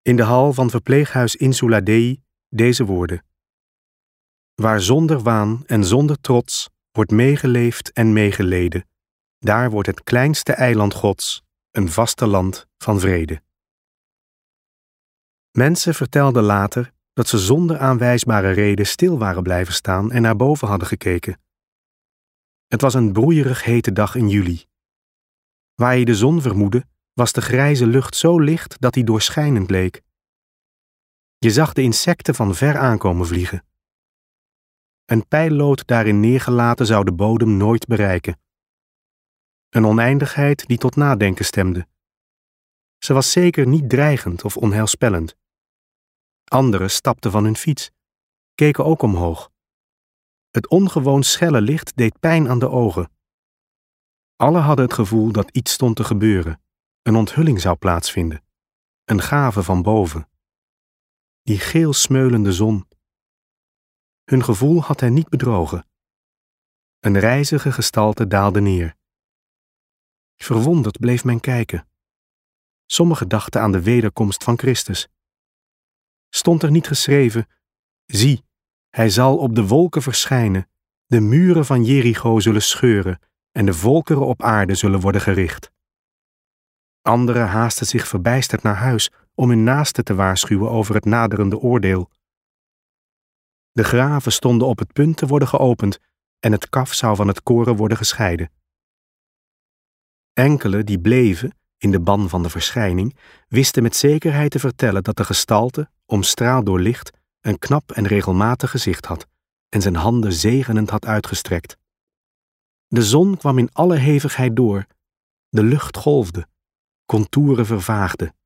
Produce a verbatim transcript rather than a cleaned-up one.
In de hal van verpleeghuis Insula Dei deze woorden. Waar zonder waan en zonder trots wordt meegeleefd en meegeleden, daar wordt het kleinste eiland Gods een vasteland van vrede. Mensen vertelden later dat ze zonder aanwijsbare reden stil waren blijven staan en naar boven hadden gekeken. Het was een broeierig hete dag in juli. Waar je de zon vermoedde, was de grijze lucht zo licht dat die doorschijnend leek. Je zag de insecten van ver aankomen vliegen. Een pijllood daarin neergelaten zou de bodem nooit bereiken. Een oneindigheid die tot nadenken stemde. Ze was zeker niet dreigend of onheilspellend. Anderen stapten van hun fiets, keken ook omhoog. Het ongewoon schelle licht deed pijn aan de ogen. Alle hadden het gevoel dat iets stond te gebeuren, een onthulling zou plaatsvinden, een gave van boven. Die geel smeulende zon. Hun gevoel had hen niet bedrogen. Een rijzige gestalte daalde neer. Verwonderd bleef men kijken. Sommigen dachten aan de wederkomst van Christus. Stond er niet geschreven, zie, hij zal op de wolken verschijnen, de muren van Jericho zullen scheuren en de volkeren op aarde zullen worden gericht. Anderen haasten zich verbijsterd naar huis om hun naasten te waarschuwen over het naderende oordeel. De graven stonden op het punt te worden geopend en het kaf zou van het koren worden gescheiden. Enkelen die bleven, in de ban van de verschijning, wisten met zekerheid te vertellen dat de gestalte, omstraald door licht, een knap en regelmatig gezicht had en zijn handen zegenend had uitgestrekt. De zon kwam in alle hevigheid door, de lucht golfde, contouren vervaagden.